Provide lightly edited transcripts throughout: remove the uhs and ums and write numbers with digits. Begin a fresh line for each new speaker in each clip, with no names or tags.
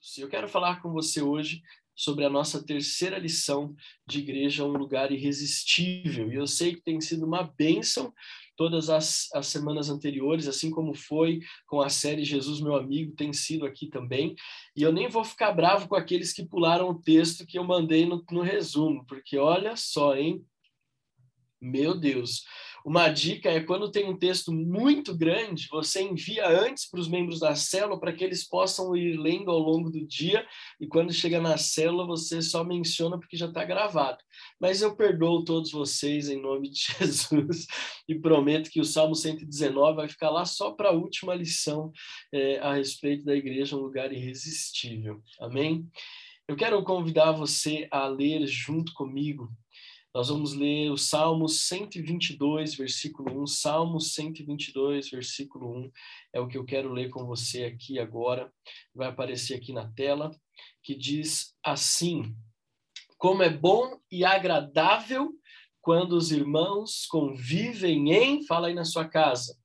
Jesus. Eu quero falar com você hoje sobre a nossa terceira lição de Igreja, um lugar irresistível. E eu sei que tem sido uma bênção todas as semanas anteriores, assim como foi com a série Jesus, Meu Amigo, tem sido aqui também. E eu nem vou ficar bravo com aqueles que pularam o texto que eu mandei no resumo, porque olha só, hein? Meu Deus. Uma dica é quando tem um texto muito grande, você envia antes para os membros da célula para que eles possam ir lendo ao longo do dia e quando chega na célula você só menciona porque já está gravado. Mas eu perdoo todos vocês em nome de Jesus e prometo que o Salmo 119 vai ficar lá só para a última lição a respeito da igreja, um lugar irresistível. Amém? Eu quero convidar você a ler junto comigo. Nós vamos ler o Salmo 122, versículo 1. Salmo 122, versículo 1 é o que eu quero ler com você aqui agora. Vai aparecer aqui na tela, que diz assim: como é bom e agradável quando os irmãos convivem em, fala aí na sua casa,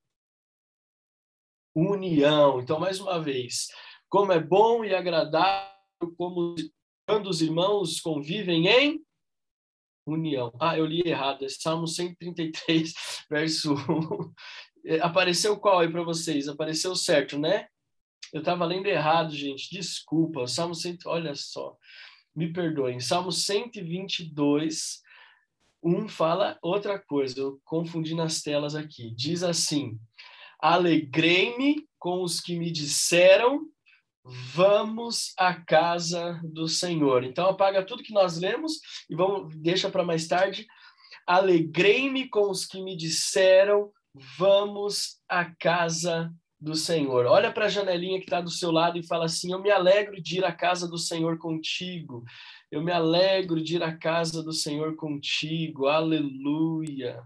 união. Então, mais uma vez, como é bom e agradável quando os irmãos convivem em união. Eu li errado. É Salmo 133, verso 1. Apareceu qual aí para vocês? Apareceu certo, né? Eu estava lendo errado, gente. Desculpa. Salmo 100, olha só. Me perdoem. Salmo 122, 1 fala outra coisa. Eu confundi nas telas aqui. Diz assim: alegrei-me com os que me disseram, vamos à casa do Senhor. Então apaga tudo que nós lemos e deixa para mais tarde. Alegrei-me com os que me disseram, vamos à casa do Senhor. Olha para a janelinha que está do seu lado e fala assim: eu me alegro de ir à casa do Senhor contigo. Eu me alegro de ir à casa do Senhor contigo. Aleluia.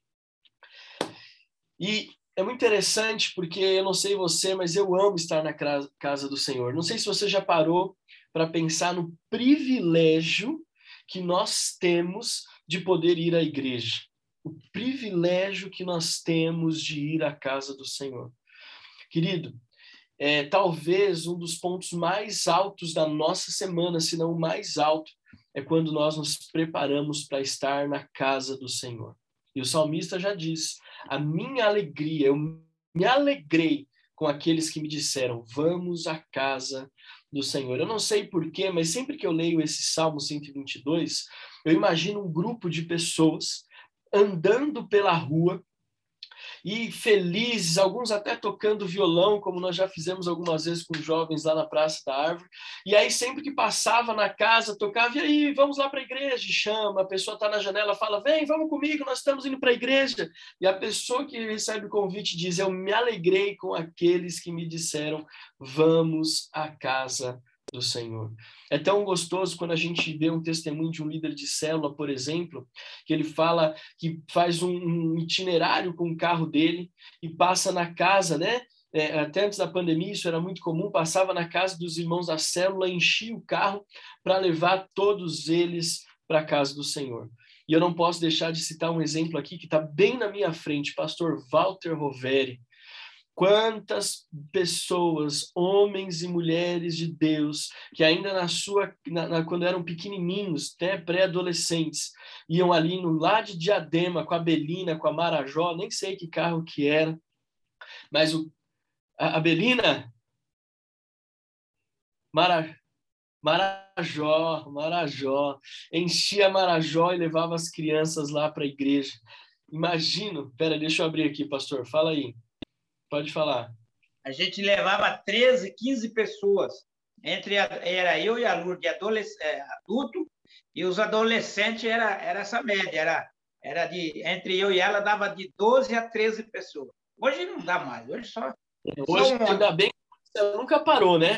E é muito interessante porque eu não sei você, mas eu amo estar na casa do Senhor. Não sei se você já parou para pensar no privilégio que nós temos de poder ir à igreja. O privilégio que nós temos de ir à casa do Senhor. Querido, talvez um dos pontos mais altos da nossa semana, se não o mais alto, é quando nós nos preparamos para estar na casa do Senhor. E o salmista já diz: a minha alegria, eu me alegrei com aqueles que me disseram, vamos à casa do Senhor. Eu não sei porquê, mas sempre que eu leio esse Salmo 122, eu imagino um grupo de pessoas andando pela rua e felizes, alguns até tocando violão, como nós já fizemos algumas vezes com jovens lá na Praça da Árvore. E aí sempre que passava na casa, tocava, e aí, vamos lá para a igreja, chama, a pessoa está na janela, fala, vem, vamos comigo, nós estamos indo para a igreja. E a pessoa que recebe o convite diz, eu me alegrei com aqueles que me disseram, vamos à casa do Senhor. É tão gostoso quando a gente vê um testemunho de um líder de célula, por exemplo, que ele fala que faz um itinerário com o carro dele e passa na casa, né? Até antes da pandemia isso era muito comum, passava na casa dos irmãos da célula, enchia o carro para levar todos eles para a casa do Senhor. E eu não posso deixar de citar um exemplo aqui que está bem na minha frente, pastor Walter Roveri. Quantas pessoas, homens e mulheres de Deus, que ainda quando eram pequenininhos, até pré-adolescentes, iam ali no lá de Diadema, com a Belina, com a Marajó, nem sei que carro que era, mas a Belina, Marajó, enchia a Marajó e levava as crianças lá para a igreja. Imagino, deixa eu abrir aqui, pastor, fala aí. Pode falar.
A gente levava 13, 15 pessoas. Era eu e a Lourdes, adulto, e os adolescentes era essa média. Entre eu e ela dava de 12 a 13 pessoas. Hoje não dá mais, hoje só
ainda bem que você nunca parou, né?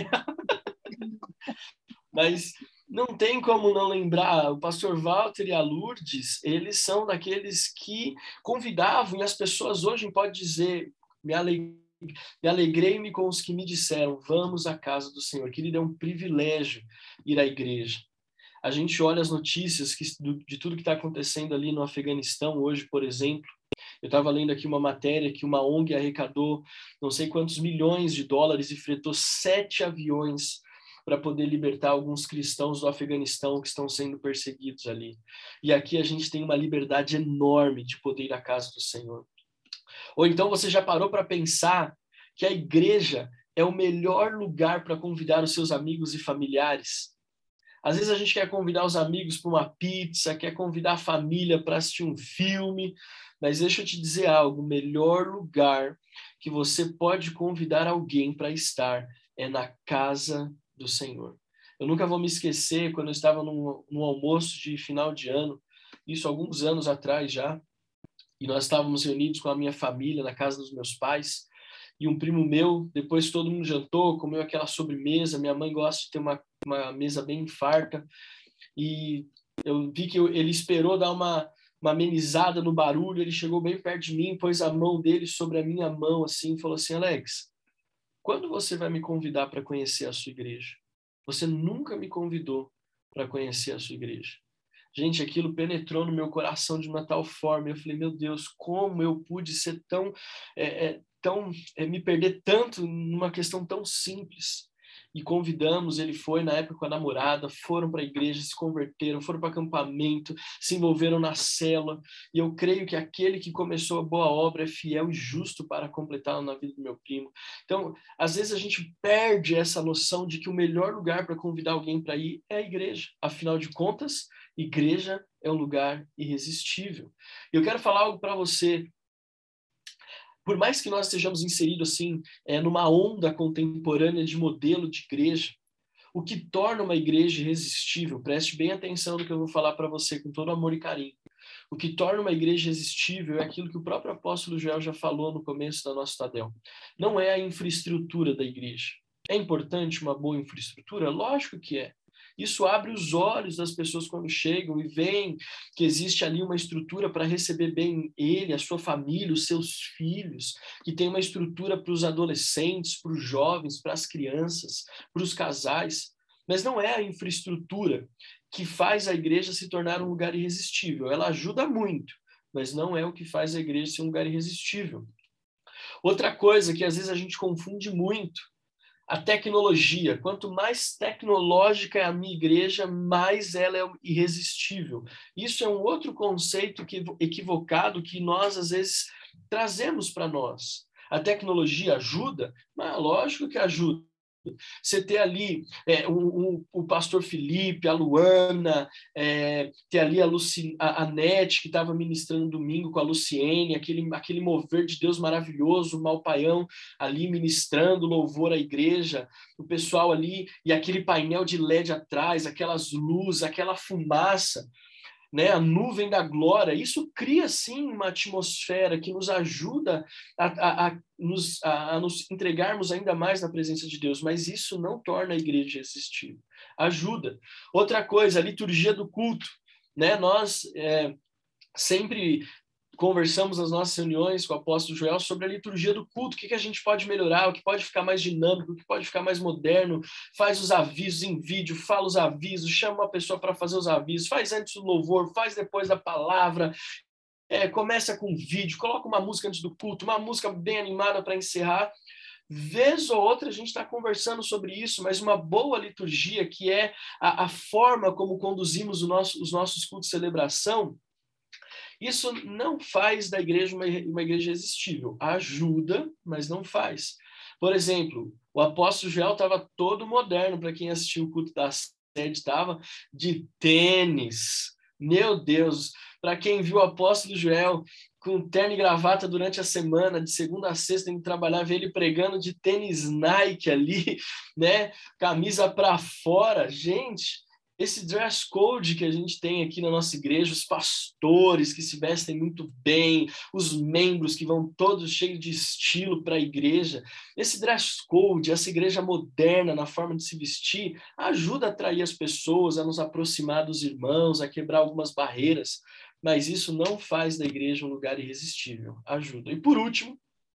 Mas não tem como não lembrar, o pastor Walter e a Lourdes, eles são daqueles que convidavam, e as pessoas hoje podem dizer, me alegrei-me com os que me disseram, vamos à casa do Senhor. Querido, é um privilégio ir à igreja. A gente olha as notícias de tudo que está acontecendo ali no Afeganistão hoje, por exemplo. Eu estava lendo aqui uma matéria que uma ONG arrecadou não sei quantos milhões de dólares e fretou 7 aviões para poder libertar alguns cristãos do Afeganistão que estão sendo perseguidos ali. E aqui a gente tem uma liberdade enorme de poder ir à casa do Senhor. Ou então você já parou para pensar que a igreja é o melhor lugar para convidar os seus amigos e familiares? Às vezes a gente quer convidar os amigos para uma pizza, quer convidar a família para assistir um filme, mas deixa eu te dizer algo, o melhor lugar que você pode convidar alguém para estar é na casa do Senhor. Eu nunca vou me esquecer quando eu estava num almoço de final de ano, isso alguns anos atrás já, e nós estávamos reunidos com a minha família na casa dos meus pais, e um primo meu, depois todo mundo jantou, comeu aquela sobremesa, minha mãe gosta de ter uma mesa bem farta, e eu vi que ele esperou dar uma amenizada no barulho, ele chegou bem perto de mim, pôs a mão dele sobre a minha mão, assim, e falou assim, Alex, quando você vai me convidar para conhecer a sua igreja? Você nunca me convidou para conhecer a sua igreja. Gente, aquilo penetrou no meu coração de uma tal forma. Eu falei, meu Deus, como eu pude ser me perder tanto numa questão tão simples. E convidamos, ele foi na época com a namorada, foram para a igreja, se converteram, foram para acampamento, se envolveram na célula. E eu creio que aquele que começou a boa obra é fiel e justo para completá-la na vida do meu primo. Então, às vezes a gente perde essa noção de que o melhor lugar para convidar alguém para ir é a igreja. Afinal de contas, igreja é um lugar irresistível. Eu quero falar algo para você. Por mais que nós estejamos inseridos assim, numa onda contemporânea de modelo de igreja, o que torna uma igreja irresistível, preste bem atenção no que eu vou falar para você com todo amor e carinho. O que torna uma igreja irresistível é aquilo que o próprio apóstolo Joel já falou no começo da nossa Tadel. Não é a infraestrutura da igreja. É importante uma boa infraestrutura? Lógico que é. Isso abre os olhos das pessoas quando chegam e veem que existe ali uma estrutura para receber bem ele, a sua família, os seus filhos, que tem uma estrutura para os adolescentes, para os jovens, para as crianças, para os casais. Mas não é a infraestrutura que faz a igreja se tornar um lugar irresistível. Ela ajuda muito, mas não é o que faz a igreja ser um lugar irresistível. Outra coisa que às vezes a gente confunde muito, a tecnologia. Quanto mais tecnológica é a minha igreja, mais ela é irresistível. Isso é um outro conceito equivocado que nós, às vezes, trazemos para nós. A tecnologia ajuda? Mas lógico que ajuda. Você ter ali o pastor Felipe, a Luana, ter ali a Nete, que estava ministrando domingo com a Luciene, aquele mover de Deus maravilhoso, o Malpaião ali ministrando louvor à igreja, o pessoal ali, e aquele painel de LED atrás, aquelas luzes, aquela fumaça, né, a nuvem da glória, isso cria, sim, uma atmosfera que nos ajuda a nos entregarmos ainda mais na presença de Deus, mas isso não torna a igreja irresistível. Ajuda. Outra coisa, a liturgia do culto. Né? Nós sempre conversamos nas nossas reuniões com o apóstolo Joel sobre a liturgia do culto, o que a gente pode melhorar, o que pode ficar mais dinâmico, o que pode ficar mais moderno, faz os avisos em vídeo, fala os avisos, chama uma pessoa para fazer os avisos, faz antes do louvor, faz depois da palavra, começa com vídeo, coloca uma música antes do culto, uma música bem animada para encerrar. Vez ou outra a gente está conversando sobre isso, mas uma boa liturgia, que é a forma como conduzimos os nossos cultos de celebração, isso não faz da igreja uma igreja irresistível. Ajuda, mas não faz. Por exemplo, o apóstolo Joel estava todo moderno, para quem assistiu o culto da sede, estava de tênis. Meu Deus! Para quem viu o apóstolo Joel com terno e gravata durante a semana, de segunda a sexta, tem que trabalhar, ver ele pregando de tênis Nike ali, né? Camisa para fora. Gente, esse dress code que a gente tem aqui na nossa igreja, os pastores que se vestem muito bem, os membros que vão todos cheios de estilo para a igreja, esse dress code, essa igreja moderna na forma de se vestir, ajuda a atrair as pessoas, a nos aproximar dos irmãos, a quebrar algumas barreiras, mas isso não faz da igreja um lugar irresistível, ajuda. E por último,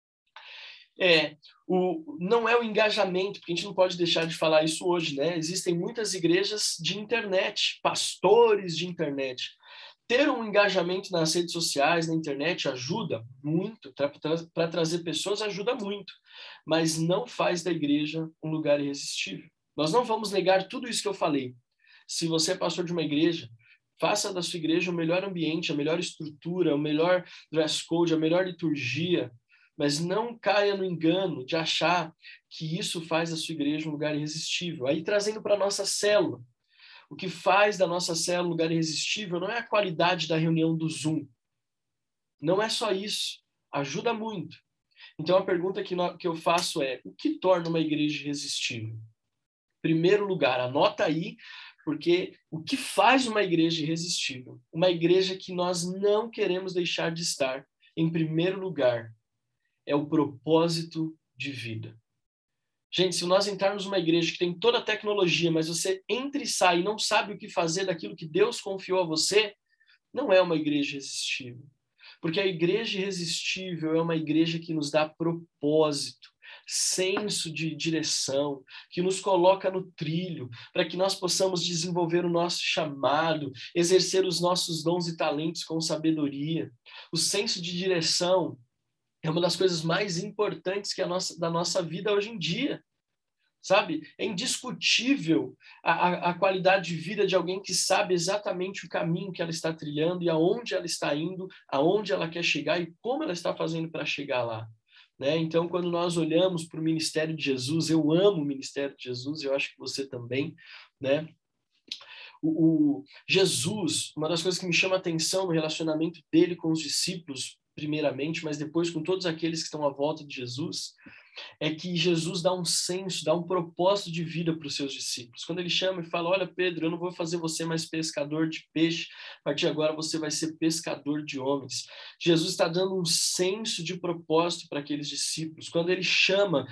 não é o engajamento, porque a gente não pode deixar de falar isso hoje, né? Existem muitas igrejas de internet, pastores de internet. Ter um engajamento nas redes sociais, na internet, ajuda muito, para trazer pessoas ajuda muito, mas não faz da igreja um lugar irresistível. Nós não vamos negar tudo isso que eu falei. Se você é pastor de uma igreja, faça da sua igreja o melhor ambiente, a melhor estrutura, o melhor dress code, a melhor liturgia, mas não caia no engano de achar que isso faz da sua igreja um lugar irresistível. Aí, trazendo para a nossa célula, o que faz da nossa célula um lugar irresistível não é a qualidade da reunião do Zoom. Não é só isso. Ajuda muito. Então, a pergunta que eu faço é: o que torna uma igreja irresistível? Primeiro lugar, anota aí, porque o que faz uma igreja irresistível? Uma igreja que nós não queremos deixar de estar, em primeiro lugar, é o propósito de vida. Gente, se nós entrarmos numa igreja que tem toda a tecnologia, mas você entra e sai e não sabe o que fazer daquilo que Deus confiou a você, não é uma igreja irresistível. Porque a igreja irresistível é uma igreja que nos dá propósito, senso de direção, que nos coloca no trilho, para que nós possamos desenvolver o nosso chamado, exercer os nossos dons e talentos com sabedoria. O senso de direção é uma das coisas mais importantes da nossa vida hoje em dia. Sabe? É indiscutível a qualidade de vida de alguém que sabe exatamente o caminho que ela está trilhando e aonde ela está indo, aonde ela quer chegar e como ela está fazendo para chegar lá. Né? Então, quando nós olhamos para o ministério de Jesus, eu amo o ministério de Jesus, eu acho que você também, né? Jesus, uma das coisas que me chama a atenção no relacionamento dele com os discípulos, primeiramente, mas depois com todos aqueles que estão à volta de Jesus, é que Jesus dá um senso, dá um propósito de vida para os seus discípulos. Quando ele chama e fala: olha, Pedro, eu não vou fazer você mais pescador de peixe, a partir de agora você vai ser pescador de homens. Jesus está dando um senso de propósito para aqueles discípulos. Quando ele chama,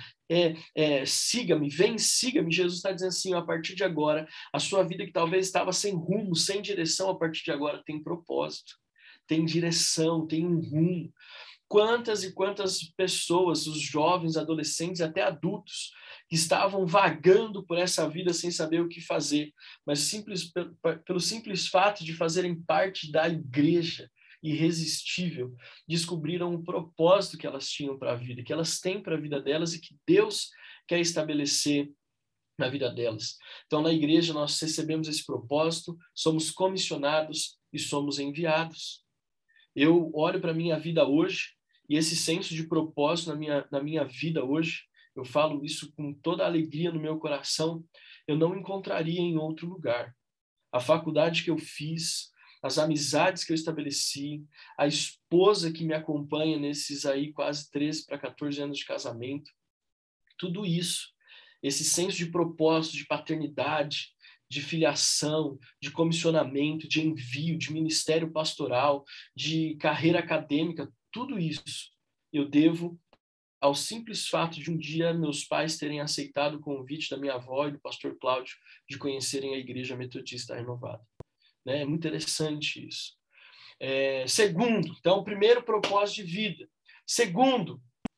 siga-me, vem, siga-me, Jesus está dizendo assim: a partir de agora, a sua vida que talvez estava sem rumo, sem direção, a partir de agora tem propósito, tem direção, tem um rumo. Quantas e quantas pessoas, os jovens, adolescentes, até adultos, que estavam vagando por essa vida sem saber o que fazer, mas pelo simples fato de fazerem parte da igreja irresistível, descobriram o propósito que elas tinham para a vida, que elas têm para a vida delas e que Deus quer estabelecer na vida delas. Então, na igreja, nós recebemos esse propósito, somos comissionados e somos enviados. Eu olho para a minha vida hoje e esse senso de propósito na minha vida hoje, eu falo isso com toda a alegria no meu coração, eu não encontraria em outro lugar. A faculdade que eu fiz, as amizades que eu estabeleci, a esposa que me acompanha nesses aí quase 13 para 14 anos de casamento, tudo isso, esse senso de propósito, de paternidade, de filiação, de comissionamento, de envio, de ministério pastoral, de carreira acadêmica, tudo isso eu devo ao simples fato de um dia meus pais terem aceitado o convite da minha avó e do pastor Cláudio de conhecerem a Igreja Metodista Renovada. Né? É muito interessante isso. Segundo, então, primeiro, propósito de vida. Segundo,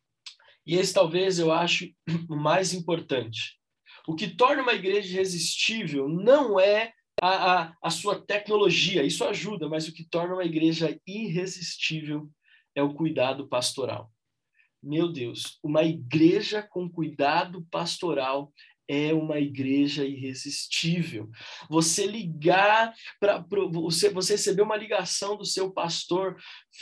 e esse talvez eu ache o mais importante, o que torna uma igreja irresistível não é a sua tecnologia, isso ajuda, mas o que torna uma igreja irresistível é o cuidado pastoral. Meu Deus, uma igreja com cuidado pastoral é uma igreja irresistível. Você ligar você receber uma ligação do seu pastor: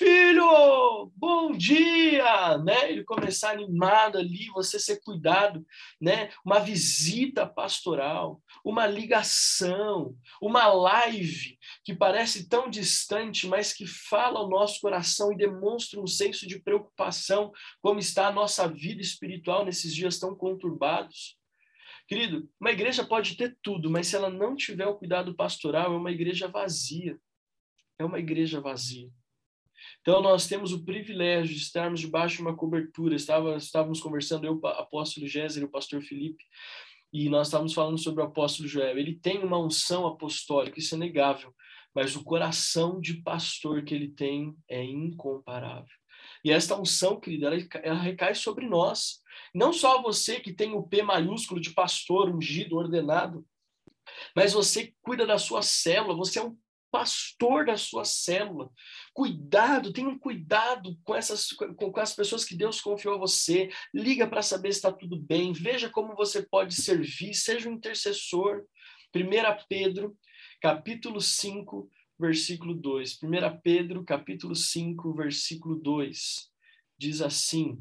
filho, bom dia, né? Ele começar animado ali, você ser cuidado, né? Uma visita pastoral, uma ligação, uma live que parece tão distante, mas que fala ao nosso coração e demonstra um senso de preocupação, como está a nossa vida espiritual nesses dias tão conturbados. Querido, uma igreja pode ter tudo, mas se ela não tiver o cuidado pastoral, é uma igreja vazia. É uma igreja vazia. Então, nós temos o privilégio de estarmos debaixo de uma cobertura. Estávamos conversando, eu, o apóstolo Géser e o pastor Felipe, e nós estávamos falando sobre o apóstolo Joel. Ele tem uma unção apostólica, isso é negável, mas o coração de pastor que ele tem é incomparável. E esta unção, querida, ela recai sobre nós. Não só você que tem o P maiúsculo de pastor, ungido, ordenado, mas você que cuida da sua célula, você é um pastor da sua célula. Cuidado, tenham cuidado com as pessoas que Deus confiou a você. Liga para saber se está tudo bem. Veja como você pode servir. Seja um intercessor. 1 Pedro, capítulo 5, versículo 2. 1 Pedro, capítulo 5, versículo 2. Diz assim: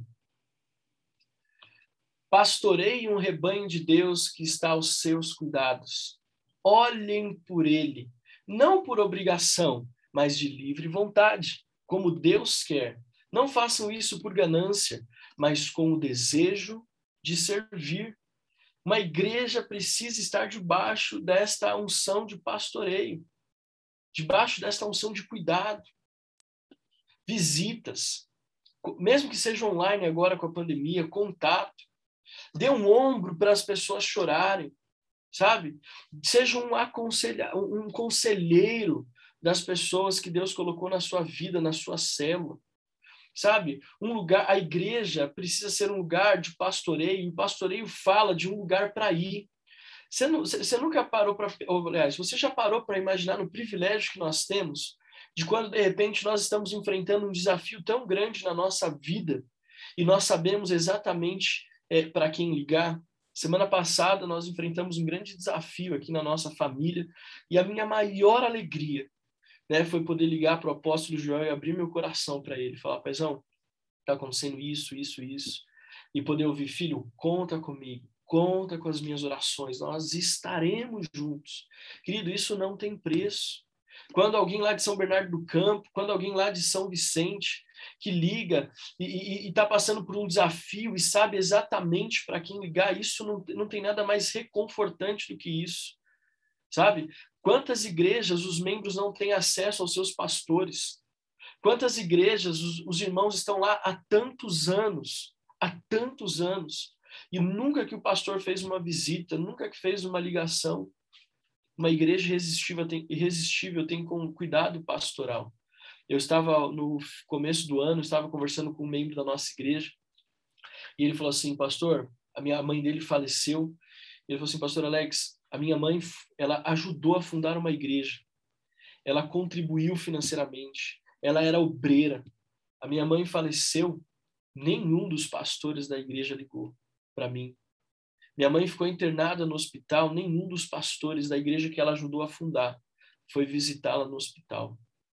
pastoreie um rebanho de Deus que está aos seus cuidados. Olhem por ele, não por obrigação, mas de livre vontade, como Deus quer. Não façam isso por ganância, mas com o desejo de servir. Uma igreja precisa estar debaixo desta unção de pastoreio, debaixo desta unção de cuidado, visitas, mesmo que seja online agora com a pandemia, contato. Dê um ombro para as pessoas chorarem, sabe? Seja um conselheiro das pessoas que Deus colocou na sua vida, na sua célula, sabe? A igreja precisa ser um lugar de pastoreio, e o pastoreio fala de um lugar para ir. Você nunca parou para... Aliás, você já parou para imaginar no privilégio que nós temos de quando, de repente, nós estamos enfrentando um desafio tão grande na nossa vida e nós sabemos exatamente para quem ligar? Semana passada, nós enfrentamos um grande desafio aqui na nossa família e a minha maior alegria, né, foi poder ligar para o apóstolo Joel e abrir meu coração para ele. Falar, paizão, está acontecendo isso, isso, isso. E poder ouvir, filho, conta comigo. Conta com as minhas orações, nós estaremos juntos. Querido, isso não tem preço. Quando alguém lá de São Bernardo do Campo, quando alguém lá de São Vicente, que liga e está passando por um desafio e sabe exatamente para quem ligar, isso não tem nada mais reconfortante do que isso, sabe? Quantas igrejas os membros não têm acesso aos seus pastores? Quantas igrejas os irmãos estão lá há tantos anos, e nunca que o pastor fez uma visita, nunca que fez uma ligação. Uma igreja irresistível tem cuidado pastoral. Eu estava, no começo do ano, estava conversando com um membro da nossa igreja, e ele falou assim, pastor, a mãe dele faleceu. Ele falou assim, pastor Alex, a minha mãe, ela ajudou a fundar uma igreja. Ela contribuiu financeiramente. Ela era obreira. A minha mãe faleceu, nenhum dos pastores da igreja ligou para mim. Minha mãe ficou internada no hospital, nenhum dos pastores da igreja que ela ajudou a fundar foi visitá-la no hospital.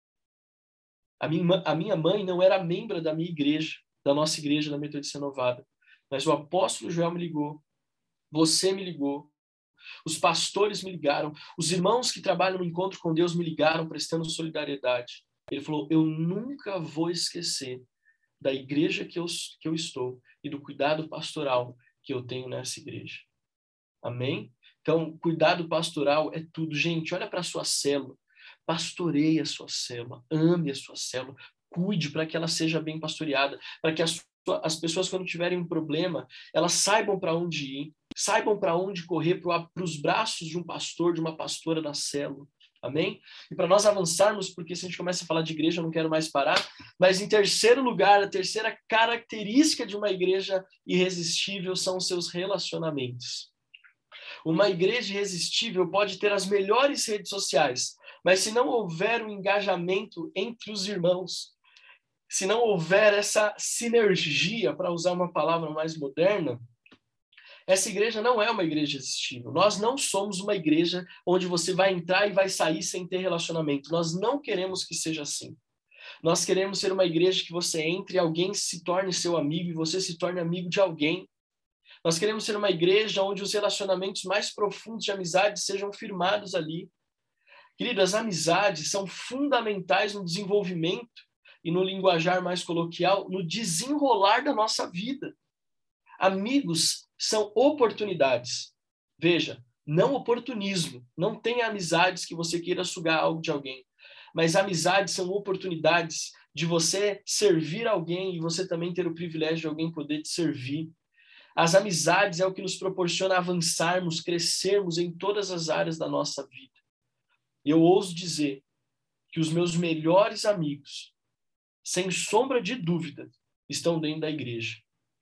A minha mãe não era membro da minha igreja, da nossa igreja, da Metodista Renovada, mas o apóstolo Joel me ligou, você me ligou, os pastores me ligaram, os irmãos que trabalham no Encontro com Deus me ligaram prestando solidariedade. Ele falou, eu nunca vou esquecer da igreja que eu estou e do cuidado pastoral que eu tenho nessa igreja. Amém? Então, cuidado pastoral é tudo. Gente, olha para a sua célula. Pastoreie a sua célula. Ame a sua célula. Cuide para que ela seja bem pastoreada. Para que as pessoas, quando tiverem um problema, elas saibam para onde ir. Saibam para onde correr, para os braços de um pastor, de uma pastora na célula. Amém? E para nós avançarmos, porque se a gente começa a falar de igreja, eu não quero mais parar, mas em terceiro lugar, a terceira característica de uma igreja irresistível são os seus relacionamentos. Uma igreja irresistível pode ter as melhores redes sociais, mas se não houver um engajamento entre os irmãos, se não houver essa sinergia, para usar uma palavra mais moderna, essa igreja não é uma igreja irresistível. Nós não somos uma igreja onde você vai entrar e vai sair sem ter relacionamento. Nós não queremos que seja assim. Nós queremos ser uma igreja que você entre e alguém se torne seu amigo e você se torne amigo de alguém. Nós queremos ser uma igreja onde os relacionamentos mais profundos de amizade sejam firmados ali. Querido, as amizades são fundamentais no desenvolvimento e no linguajar mais coloquial, no desenrolar da nossa vida. Amigos são oportunidades. Veja, não oportunismo. Não tenha amizades que você queira sugar algo de alguém. Mas amizades são oportunidades de você servir alguém e você também ter o privilégio de alguém poder te servir. As amizades é o que nos proporciona avançarmos, crescermos em todas as áreas da nossa vida. Eu ouso dizer que os meus melhores amigos, sem sombra de dúvida, estão dentro da igreja.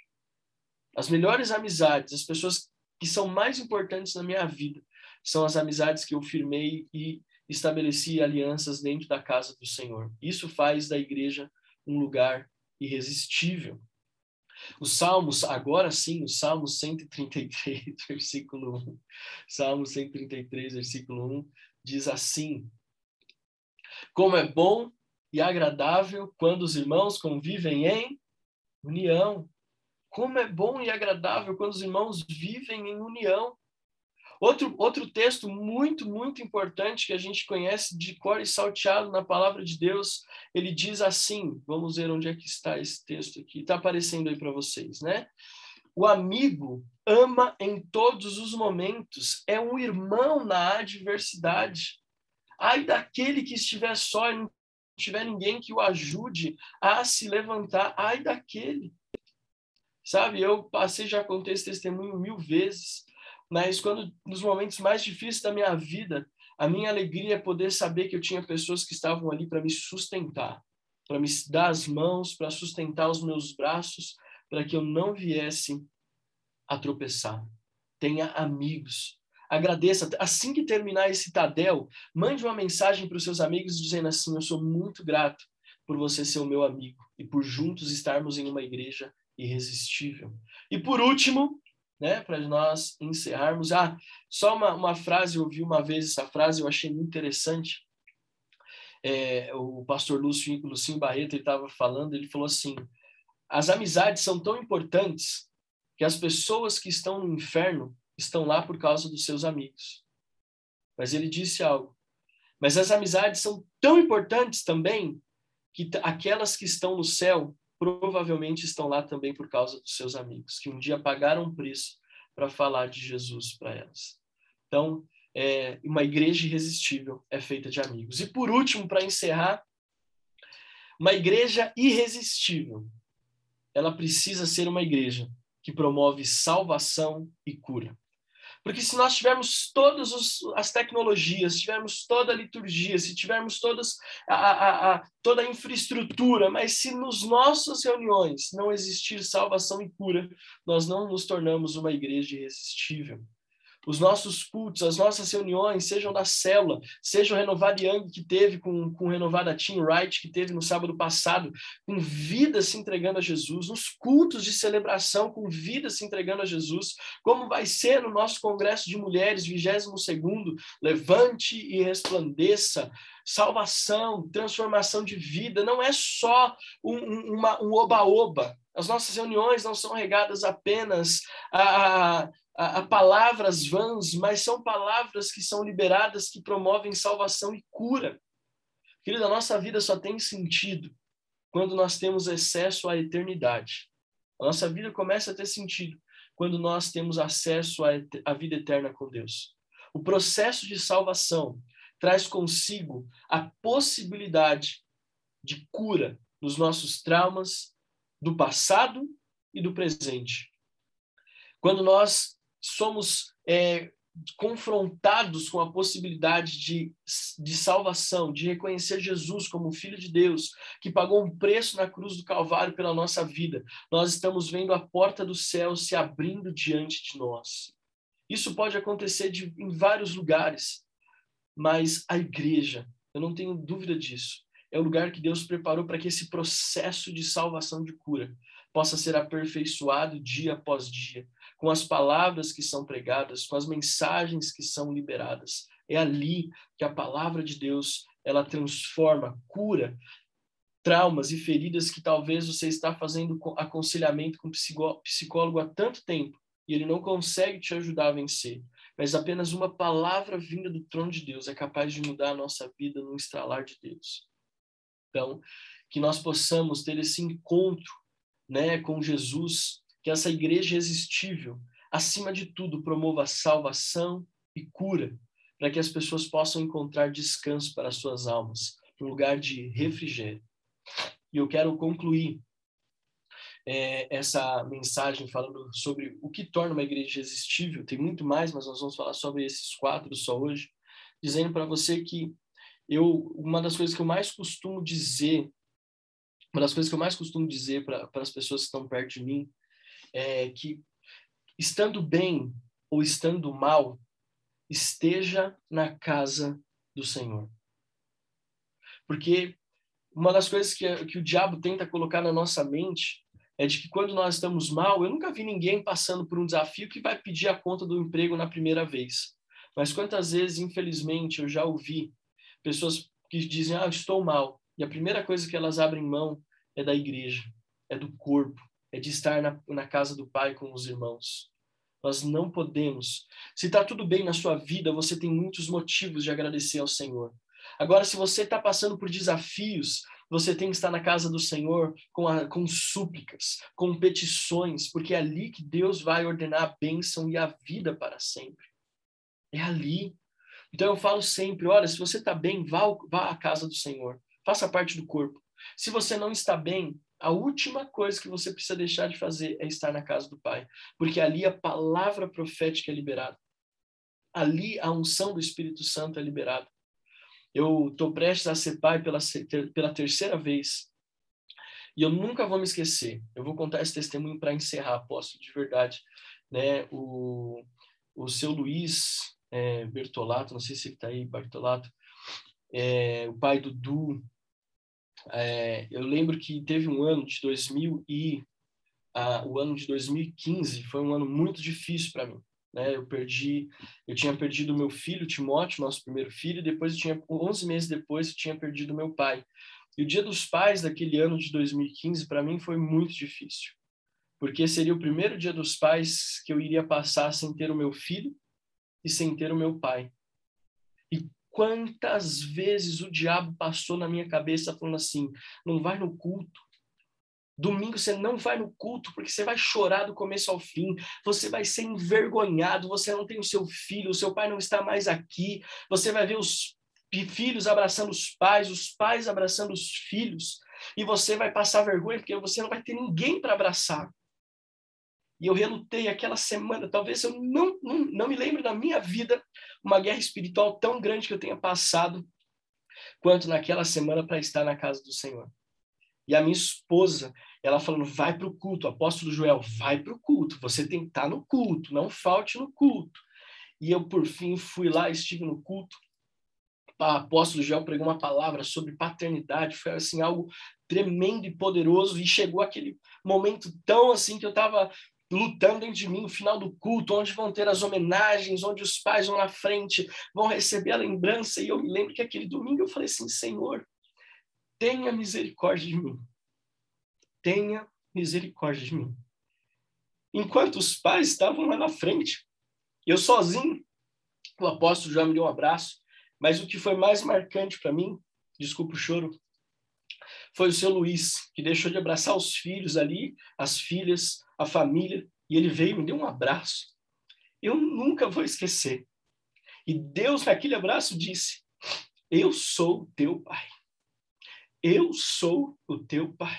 As melhores amizades, as pessoas que são mais importantes na minha vida, são as amizades que eu firmei e estabelecia alianças dentro da casa do Senhor. Isso faz da igreja um lugar irresistível. Os Salmos, agora sim, o Salmo 133, versículo 1. Salmo 133, versículo 1, diz assim: como é bom e agradável quando os irmãos convivem em união. Como é bom e agradável quando os irmãos vivem em união. Outro texto muito, muito importante que a gente conhece de cor e salteado na palavra de Deus, ele diz assim, vamos ver onde é que está esse texto aqui, está aparecendo aí para vocês, né? O amigo ama em todos os momentos, é um irmão na adversidade. Ai daquele que estiver só e não tiver ninguém que o ajude a se levantar, ai daquele. Sabe, eu passei, já contei esse testemunho 1000 vezes, mas quando, nos momentos mais difíceis da minha vida, a minha alegria é poder saber que eu tinha pessoas que estavam ali para me sustentar, para me dar as mãos, para sustentar os meus braços, para que eu não viesse a tropeçar. Tenha amigos. Agradeça. Assim que terminar esse Tadel, mande uma mensagem para os seus amigos dizendo assim: eu sou muito grato por você ser o meu amigo e por juntos estarmos em uma igreja irresistível. E por último, né, para nós encerrarmos, só uma frase, eu ouvi uma vez essa frase, eu achei muito interessante. O pastor Lucinho Barreto, ele estava falando, ele falou assim: as amizades são tão importantes que as pessoas que estão no inferno estão lá por causa dos seus amigos. Mas ele disse algo. Mas as amizades são tão importantes também que aquelas que estão no céu provavelmente estão lá também por causa dos seus amigos, que um dia pagaram um preço para falar de Jesus para elas. Então, uma igreja irresistível é feita de amigos. E por último, para encerrar, uma igreja irresistível, ela precisa ser uma igreja que promove salvação e cura. Porque se nós tivermos todas as tecnologias, se tivermos toda a liturgia, se tivermos toda a infraestrutura, mas se nos nossas reuniões não existir salvação e cura, nós não nos tornamos uma igreja irresistível. Os nossos cultos, as nossas reuniões, sejam da célula, seja o Renovada Young que teve com o Renovada Team Right, que teve no sábado passado, com vidas se entregando a Jesus, nos cultos de celebração, com vidas se entregando a Jesus, como vai ser no nosso Congresso de Mulheres, 22º, Levante e Resplandeça, salvação, transformação de vida, não é só um oba-oba. As nossas reuniões não são regadas apenas a palavras vãs, mas são palavras que são liberadas, que promovem salvação e cura. Querido, a nossa vida só tem sentido quando nós temos acesso à eternidade. A nossa vida começa a ter sentido quando nós temos acesso à vida eterna com Deus. O processo de salvação traz consigo a possibilidade de cura nos nossos traumas do passado e do presente. Quando nós somos confrontados com a possibilidade de salvação, de reconhecer Jesus como o Filho de Deus, que pagou um preço na cruz do Calvário pela nossa vida, nós estamos vendo a porta do céu se abrindo diante de nós. Isso pode acontecer em vários lugares, mas a igreja, eu não tenho dúvida disso, é o lugar que Deus preparou para que esse processo de salvação, de cura, possa ser aperfeiçoado dia após dia, com as palavras que são pregadas, com as mensagens que são liberadas. É ali que a palavra de Deus, ela transforma, cura traumas e feridas que talvez você está fazendo aconselhamento com psicólogo há tanto tempo e ele não consegue te ajudar a vencer. Mas apenas uma palavra vinda do trono de Deus é capaz de mudar a nossa vida num estralar de Deus. Então, que nós possamos ter esse encontro, né, com Jesus, que essa igreja irresistível, acima de tudo, promova salvação e cura, para que as pessoas possam encontrar descanso para as suas almas, um lugar de refrigério. E eu quero concluir essa mensagem falando sobre o que torna uma igreja irresistível. Tem muito mais, mas nós vamos falar sobre esses 4 só hoje, dizendo para você que uma das coisas que eu mais costumo dizer para as pessoas que estão perto de mim é que, estando bem ou estando mal, esteja na casa do Senhor. Porque uma das coisas que o diabo tenta colocar na nossa mente é de que quando nós estamos mal, eu nunca vi ninguém passando por um desafio que vai pedir a conta do emprego na primeira vez. Mas quantas vezes, infelizmente, eu já ouvi pessoas que dizem, estou mal. E a primeira coisa que elas abrem mão é da igreja, é do corpo, é de estar na casa do Pai com os irmãos. Nós não podemos. Se está tudo bem na sua vida, você tem muitos motivos de agradecer ao Senhor. Agora, se você está passando por desafios, você tem que estar na casa do Senhor com súplicas, com petições, porque é ali que Deus vai ordenar a bênção e a vida para sempre. É ali. Então eu falo sempre, olha, se você está bem, vá à casa do Senhor. Faça parte do corpo. Se você não está bem, a última coisa que você precisa deixar de fazer é estar na casa do Pai. Porque ali a palavra profética é liberada. Ali a unção do Espírito Santo é liberada. Eu estou prestes a ser pai pela terceira vez. E eu nunca vou me esquecer. Eu vou contar esse testemunho para encerrar, apóstolo, de verdade. Né? O seu Luiz Bertolato, não sei se ele está aí, Bertolato, o pai do Du. Eu lembro que teve um ano de o ano de 2015 foi um ano muito difícil para mim. Né? Eu tinha perdido meu filho, Timóteo, nosso primeiro filho, e depois 11 meses depois eu tinha perdido meu pai. E o Dia dos Pais daquele ano de 2015 para mim foi muito difícil, porque seria o primeiro Dia dos Pais que eu iria passar sem ter o meu filho e sem ter o meu pai. E quantas vezes o diabo passou na minha cabeça falando assim, não vai no culto. Domingo você não vai no culto porque você vai chorar do começo ao fim, você vai ser envergonhado, você não tem o seu filho, o seu pai não está mais aqui, você vai ver os filhos abraçando os pais abraçando os filhos, e você vai passar vergonha porque você não vai ter ninguém para abraçar. E eu relutei aquela semana, talvez eu não me lembre da minha vida uma guerra espiritual tão grande que eu tenha passado quanto naquela semana para estar na casa do Senhor. E a minha esposa, ela falando, vai para o culto, apóstolo Joel, vai para o culto, você tem que estar no culto, não falte no culto. E eu, por fim, fui lá, estive no culto, o apóstolo Joel pregou uma palavra sobre paternidade, foi assim, algo tremendo e poderoso, e chegou aquele momento tão assim que eu estava lutando dentro de mim, o final do culto, onde vão ter as homenagens, onde os pais vão na frente, vão receber a lembrança, e eu me lembro que aquele domingo eu falei assim, Senhor, tenha misericórdia de mim. Tenha misericórdia de mim. Enquanto os pais estavam lá na frente, eu sozinho, o apóstolo já me deu um abraço, mas o que foi mais marcante para mim, desculpa o choro, foi o seu Luiz, que deixou de abraçar os filhos ali, as filhas, a família, e ele veio e me deu um abraço. Eu nunca vou esquecer. E Deus, naquele abraço, disse, eu sou o teu pai. Eu sou o teu pai.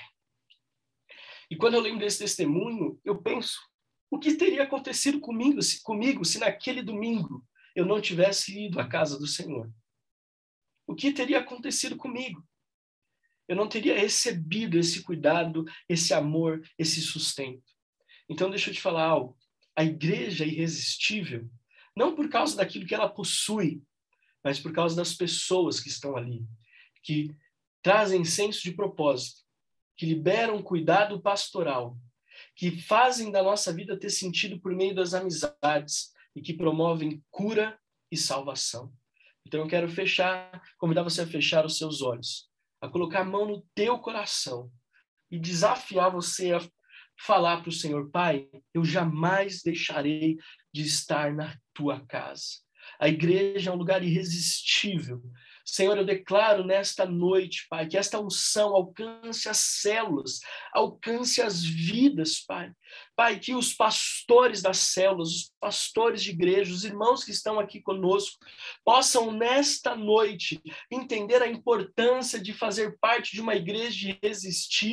E quando eu lembro desse testemunho, eu penso, o que teria acontecido comigo se naquele domingo eu não tivesse ido à casa do Senhor? O que teria acontecido comigo? Eu não teria recebido esse cuidado, esse amor, esse sustento. Então, deixa eu te falar algo. A igreja é irresistível, não por causa daquilo que ela possui, mas por causa das pessoas que estão ali, que trazem senso de propósito, que liberam cuidado pastoral, que fazem da nossa vida ter sentido por meio das amizades e que promovem cura e salvação. Então eu quero convidar você a fechar os seus olhos, a colocar a mão no teu coração e desafiar você a falar para o Senhor, Pai, eu jamais deixarei de estar na tua casa. A igreja é um lugar irresistível. Senhor, eu declaro nesta noite, Pai, que esta unção alcance as células, alcance as vidas, Pai. Pai, que os pastores das células, os pastores de igreja, os irmãos que estão aqui conosco, possam nesta noite entender a importância de fazer parte de uma igreja irresistível,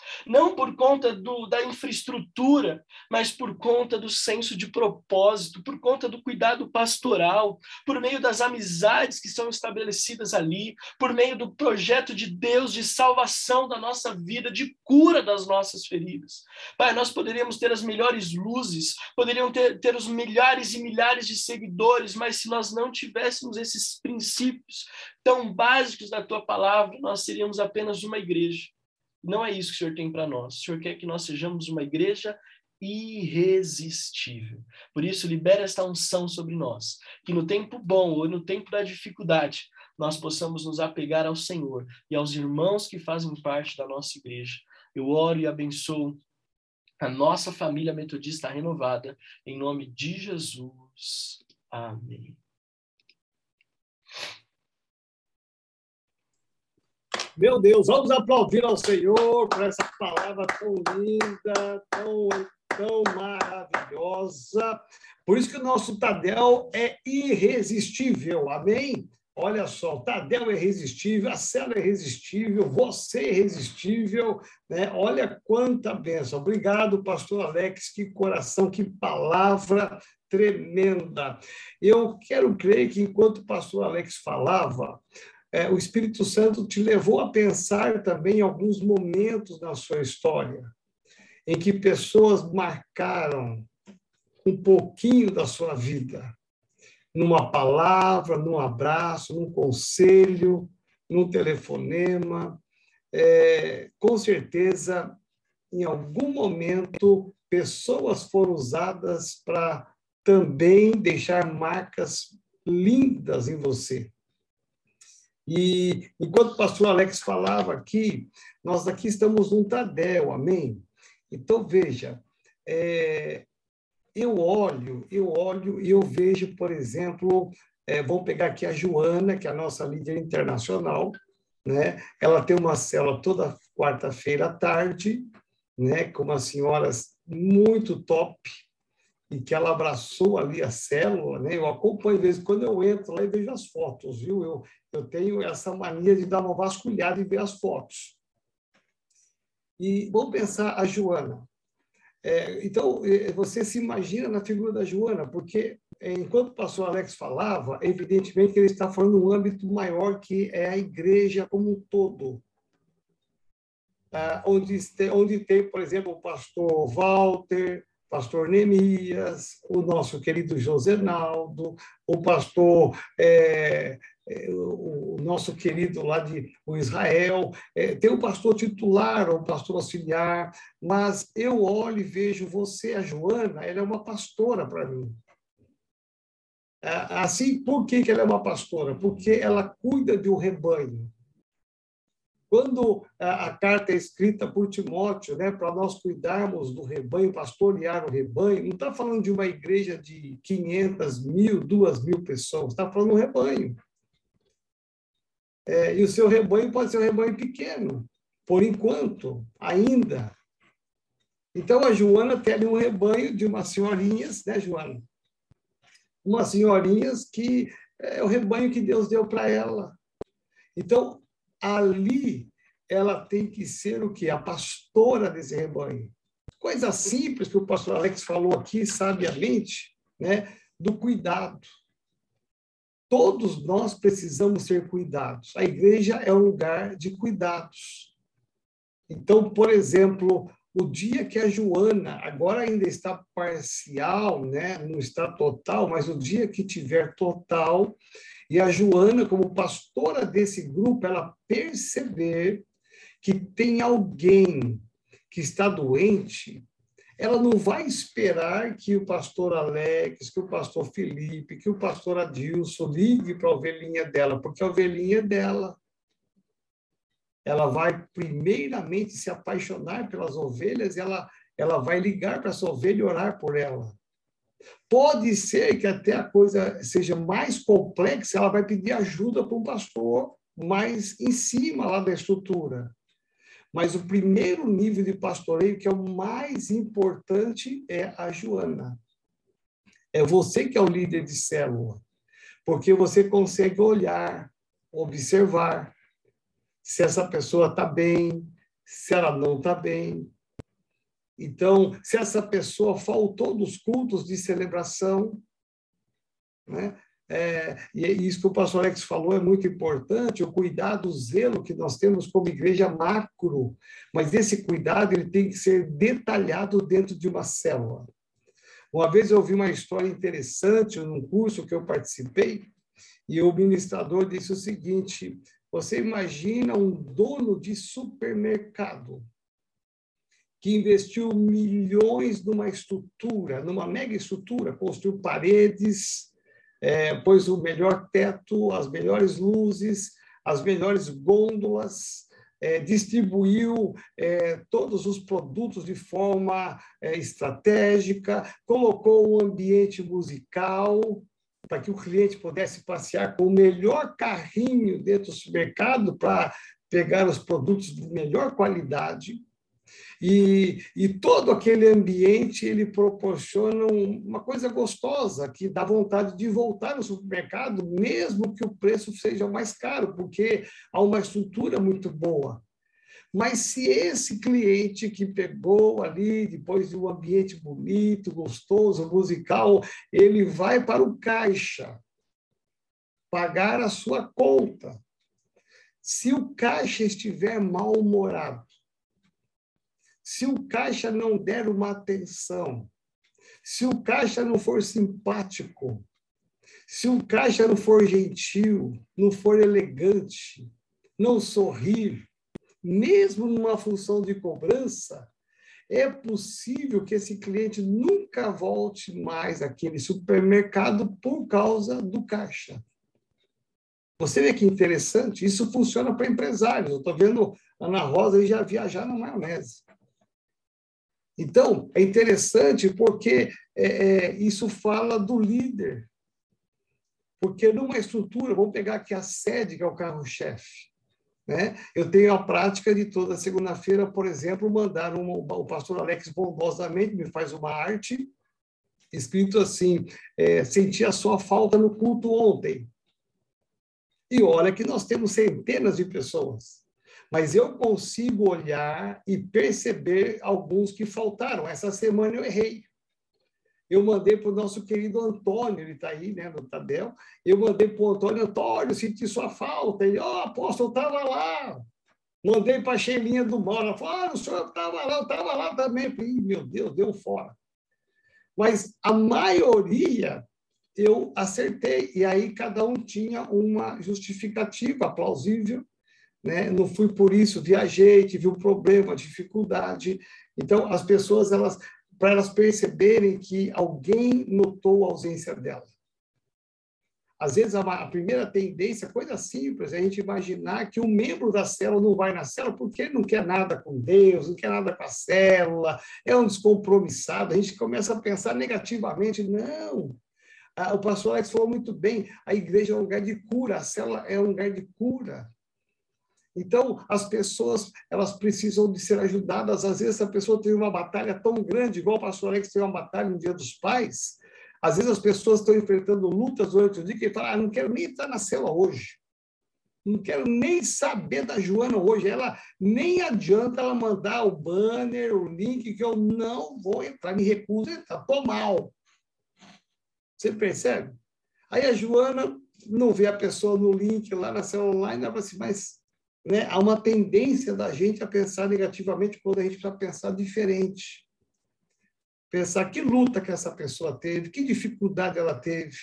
Não por conta da infraestrutura, mas por conta do senso de propósito, por conta do cuidado pastoral, por meio das amizades que são estabelecidas ali, por meio do projeto de Deus de salvação da nossa vida, de cura das nossas feridas. Pai, nós poderíamos ter as melhores luzes, poderíamos ter os milhares e milhares de seguidores, mas se nós não tivéssemos esses princípios tão básicos da tua palavra, nós seríamos apenas uma igreja. Não é isso que o Senhor tem para nós. O Senhor quer que nós sejamos uma igreja irresistível. Por isso, libera esta unção sobre nós, que no tempo bom ou no tempo da dificuldade, nós possamos nos apegar ao Senhor e aos irmãos que fazem parte da nossa igreja. Eu oro e abençoo a nossa família metodista renovada, em nome de Jesus. Amém.
Meu Deus, vamos aplaudir ao Senhor por essa palavra tão linda, tão maravilhosa. Por isso que o nosso Tadel é irresistível, amém? Olha só, o Tadel é irresistível, a Célia é irresistível, você é irresistível, né? Olha quanta bênção. Obrigado, pastor Alex, que coração, que palavra tremenda. Eu quero crer que enquanto o pastor Alex falava, o Espírito Santo te levou a pensar também em alguns momentos na sua história, em que pessoas marcaram um pouquinho da sua vida, numa palavra, num abraço, num conselho, num telefonema. Com certeza, em algum momento, pessoas foram usadas para também deixar marcas lindas em você. E enquanto o pastor Alex falava aqui, nós aqui estamos num Tadel, amém? Então, veja, eu olho e eu vejo, por exemplo, vamos pegar aqui a Joana, que é a nossa líder internacional, né? Ela tem uma célula toda quarta-feira à tarde, né? Com umas senhoras muito top, e que ela abraçou ali a célula, né? Eu acompanho, às vezes, quando eu entro lá e vejo as fotos, viu? Eu tenho essa mania de dar uma vasculhada e ver as fotos. E vamos pensar a Joana. Então, você se imagina na figura da Joana, porque enquanto o pastor Alex falava, evidentemente que ele está falando um âmbito maior, que é a igreja como um todo. Onde tem, por exemplo, o pastor Walter, pastor Neemias, o nosso querido Josenaldo, o pastor, o nosso querido lá o Israel, tem o pastor titular, o pastor auxiliar, mas eu olho e vejo você, a Joana, ela é uma pastora para mim. Assim, por que ela é uma pastora? Porque ela cuida de um rebanho. Quando a carta é escrita por Timóteo, né, para nós cuidarmos do rebanho, pastorear o rebanho, não está falando de uma igreja de 500, 1.000, 2.000 pessoas, está falando de um rebanho. E o seu rebanho pode ser um rebanho pequeno, por enquanto, ainda. Então, a Joana tem ali um rebanho de umas senhorinhas, né, Joana? Umas senhorinhas que é o rebanho que Deus deu para ela. Então, ali, ela tem que ser o quê? A pastora desse rebanho. Coisa simples que o pastor Alex falou aqui, sabiamente, né? Do cuidado. Todos nós precisamos ser cuidados. A igreja é um lugar de cuidados. Então, por exemplo, o dia que a Joana, agora ainda está parcial, né? Não está total, mas o dia que tiver total, e a Joana, como pastora desse grupo, ela perceber que tem alguém que está doente, ela não vai esperar que o pastor Alex, que o pastor Felipe, que o pastor Adilson ligue para a ovelhinha dela, porque a ovelhinha é dela. Ela vai primeiramente se apaixonar pelas ovelhas, ela vai ligar para essa ovelha e orar por ela. Pode ser que até a coisa seja mais complexa, ela vai pedir ajuda para um pastor mais em cima lá da estrutura. Mas o primeiro nível de pastoreio, que é o mais importante, é a Joana. É você que é o líder de célula, porque você consegue olhar, observar se essa pessoa está bem, se ela não está bem. Então, se essa pessoa faltou dos cultos de celebração, né? E isso que o pastor Alex falou é muito importante, o cuidado, o zelo que nós temos como igreja macro, mas esse cuidado ele tem que ser detalhado dentro de uma célula. Uma vez eu ouvi uma história interessante num curso que eu participei, e o ministrador disse o seguinte: você imagina um dono de supermercado que investiu milhões numa estrutura, numa mega estrutura, construiu paredes, pôs o melhor teto, as melhores luzes, as melhores gôndolas, distribuiu todos os produtos de forma estratégica, colocou um ambiente musical para que o cliente pudesse passear com o melhor carrinho dentro do supermercado para pegar os produtos de melhor qualidade. E todo aquele ambiente ele proporciona uma coisa gostosa, que dá vontade de voltar no supermercado, mesmo que o preço seja mais caro, porque há uma estrutura muito boa. Mas se esse cliente que pegou ali, depois de um ambiente bonito, gostoso, musical, ele vai para o caixa pagar a sua conta. Se o caixa estiver mal-humorado, se o caixa não der uma atenção, se o caixa não for simpático, se o caixa não for gentil, não for elegante, não sorrir, mesmo numa função de cobrança, é possível que esse cliente nunca volte mais àquele supermercado por causa do caixa. Você vê que interessante? Isso funciona para empresários. Eu estou vendo a Ana Rosa aí já viajar na maionese. Então, é interessante porque isso fala do líder. Porque numa estrutura, vamos pegar aqui a sede, que é o carro-chefe, né? Eu tenho a prática de toda segunda-feira, por exemplo, mandar o pastor Alex bondosamente me faz uma arte, escrito assim, senti a sua falta no culto ontem. E olha que nós temos centenas de pessoas. Mas eu consigo olhar e perceber alguns que faltaram. Essa semana eu errei. Eu mandei para o nosso querido Antônio, ele está aí, né, no Tadel. Eu mandei para o Antônio, senti sua falta. Ele, apóstolo, estava lá. Mandei para a Sheilinha do Mora. Ela falou, o senhor estava lá, eu estava lá também. Eu falei, meu Deus, deu fora. Mas a maioria eu acertei. E aí cada um tinha uma justificativa plausível. Né? Não fui por isso, viajei, tive um problema, dificuldade. Então, as pessoas, para elas perceberem que alguém notou a ausência dela. Às vezes, a primeira tendência, coisa simples, é a gente imaginar que um membro da célula não vai na célula porque ele não quer nada com Deus, não quer nada com a célula, é um descompromissado. A gente começa a pensar negativamente. Não! O pastor Alex falou muito bem, a igreja é um lugar de cura, a célula é um lugar de cura. Então, as pessoas, elas precisam de ser ajudadas. Às vezes, a pessoa tem uma batalha tão grande, igual o pastor Alex teve uma batalha no Dia dos Pais. Às vezes, as pessoas estão enfrentando lutas durante o dia que falam, não quero nem estar na célula hoje. Não quero nem saber da Joana hoje. Ela nem adianta ela mandar o banner, o link, que eu não vou entrar, me recuso a entrar, estou mal. Você percebe? Aí a Joana não vê a pessoa no link lá na célula online, ela fala assim, mas... Né? Há uma tendência da gente a pensar negativamente quando a gente precisa pensar diferente. Pensar que luta que essa pessoa teve, que dificuldade ela teve.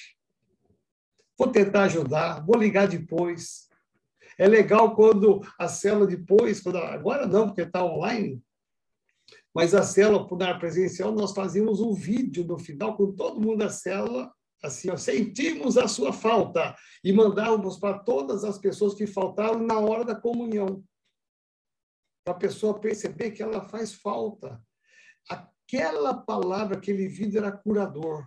Vou tentar ajudar, vou ligar depois. É legal quando a célula depois, agora não, porque está online, mas a célula, por dar presencial, nós fazíamos um vídeo no final com todo mundo da célula, assim, sentimos a sua falta, e mandávamos para todas as pessoas que faltaram na hora da comunhão, para a pessoa perceber que ela faz falta. Aquela palavra, aquele vídeo era curador.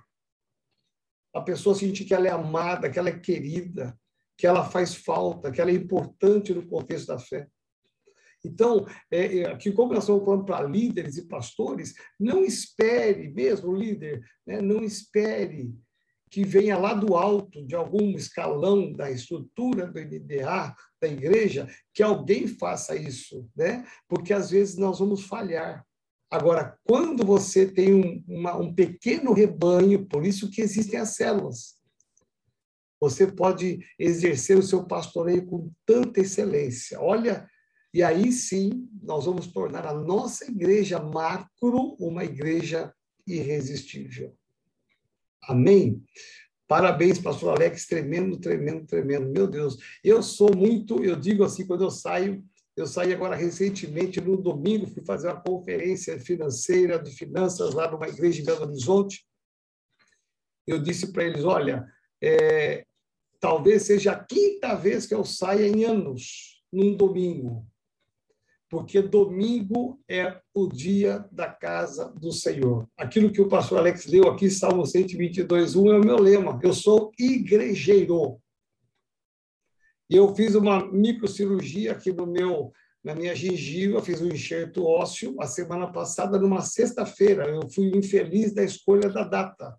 A pessoa sentir que ela é amada, que ela é querida, que ela faz falta, que ela é importante no contexto da fé. Então, aqui, como nós estamos falando para líderes e pastores, não espere, mesmo líder, né, não espere que venha lá do alto, de algum escalão da estrutura do NDA, da igreja, que alguém faça isso, né? Porque às vezes nós vamos falhar. Agora, quando você tem um pequeno rebanho, por isso que existem as células, você pode exercer o seu pastoreio com tanta excelência. Olha, e aí sim, nós vamos tornar a nossa igreja macro uma igreja irresistível. Amém? Parabéns, pastor Alex, tremendo, tremendo, tremendo. Meu Deus, eu digo assim, quando eu saí agora recentemente, no domingo, fui fazer uma conferência financeira, de finanças, lá numa igreja em Belo Horizonte. Eu disse para eles, olha, talvez seja a 5ª vez que eu saia em anos, num domingo. Porque domingo é o dia da casa do Senhor. Aquilo que o pastor Alex leu aqui, Salmo 122:1, é o meu lema. Eu sou igrejeiro. E eu fiz uma microcirurgia aqui na minha gengiva, fiz um enxerto ósseo a semana passada, numa sexta-feira. Eu fui infeliz da escolha da data.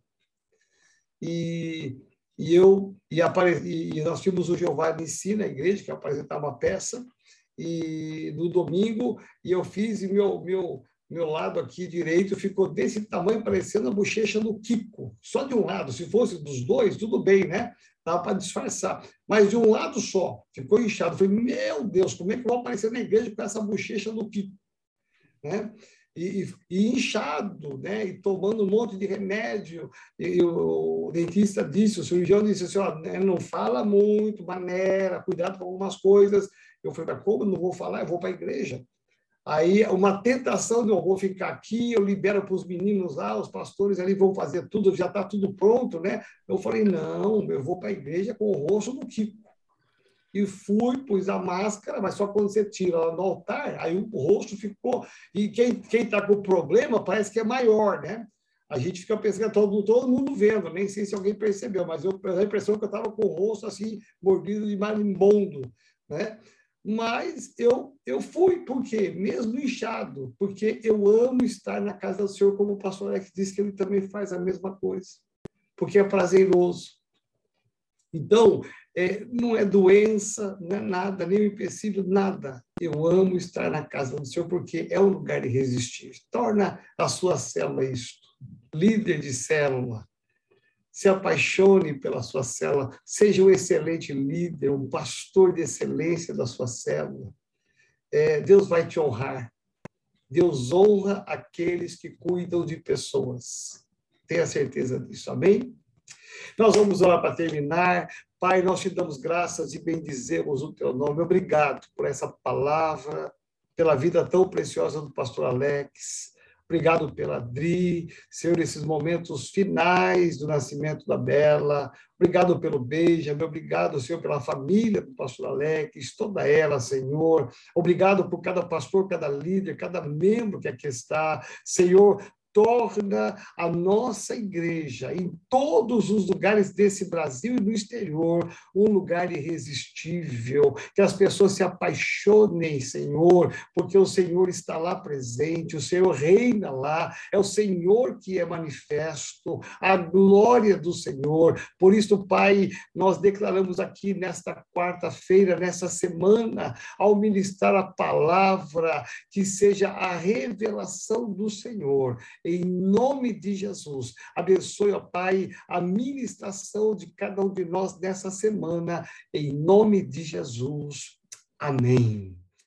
E nós tínhamos o Jeová de Si na igreja, que ia apresentar uma peça, e no domingo, e eu fiz, e meu lado aqui direito ficou desse tamanho, parecendo a bochecha do Kiko, só de um lado. Se fosse dos dois, tudo bem, né? Dava para disfarçar. Mas de um lado só, ficou inchado. Eu falei, meu Deus, como é que eu vou aparecer na igreja com essa bochecha do Kiko? Né? E inchado, né? E tomando um monte de remédio. E o dentista disse, o cirurgião disse assim, ó, não fala muito, maneira, cuidado com algumas coisas. Eu falei, mas como eu não vou falar? Eu vou para a igreja. Aí, uma tentação de eu vou ficar aqui, eu libero para os meninos lá, os pastores ali vão fazer tudo, já está tudo pronto, né? Eu falei, não, eu vou para a igreja com o rosto do Kiko. E fui, pus a máscara, mas só quando você tira ela do altar, aí o rosto ficou... E quem está com problema parece que é maior, né? A gente fica pensando, todo mundo vendo, nem sei se alguém percebeu, mas eu a impressão que eu estava com o rosto assim, mordido de marimbondo, né? Mas eu fui, por quê? Mesmo inchado, porque eu amo estar na casa do Senhor, como o pastor Alex disse que ele também faz a mesma coisa, porque é prazeroso. Então, não é doença, não é nada, nem empecilho, nada. Eu amo estar na casa do Senhor, porque é um lugar irresistível. Torna a sua célula isto. Líder de célula, se apaixone pela sua célula, seja um excelente líder, um pastor de excelência da sua célula. Deus vai te honrar. Deus honra aqueles que cuidam de pessoas. Tenha certeza disso, amém? Nós vamos orar para terminar. Pai, nós te damos graças e bendizemos o teu nome. Obrigado por essa palavra, pela vida tão preciosa do pastor Alex. Obrigado pela Adri, Senhor, esses momentos finais do nascimento da Bela. Obrigado pelo Benjamin, obrigado, Senhor, pela família do pastor Alex, toda ela, Senhor. Obrigado por cada pastor, cada líder, cada membro que aqui está. Senhor, torna a nossa igreja, em todos os lugares desse Brasil e no exterior, um lugar irresistível, que as pessoas se apaixonem, Senhor, porque o Senhor está lá presente, o Senhor reina lá, é o Senhor que é manifesto, a glória do Senhor. Por isso, Pai, nós declaramos aqui nesta quarta-feira, nessa semana, ao ministrar a palavra, que seja a revelação do Senhor. Em nome de Jesus, abençoe, ó Pai, a ministração de cada um de nós nessa semana, em nome de Jesus. Amém.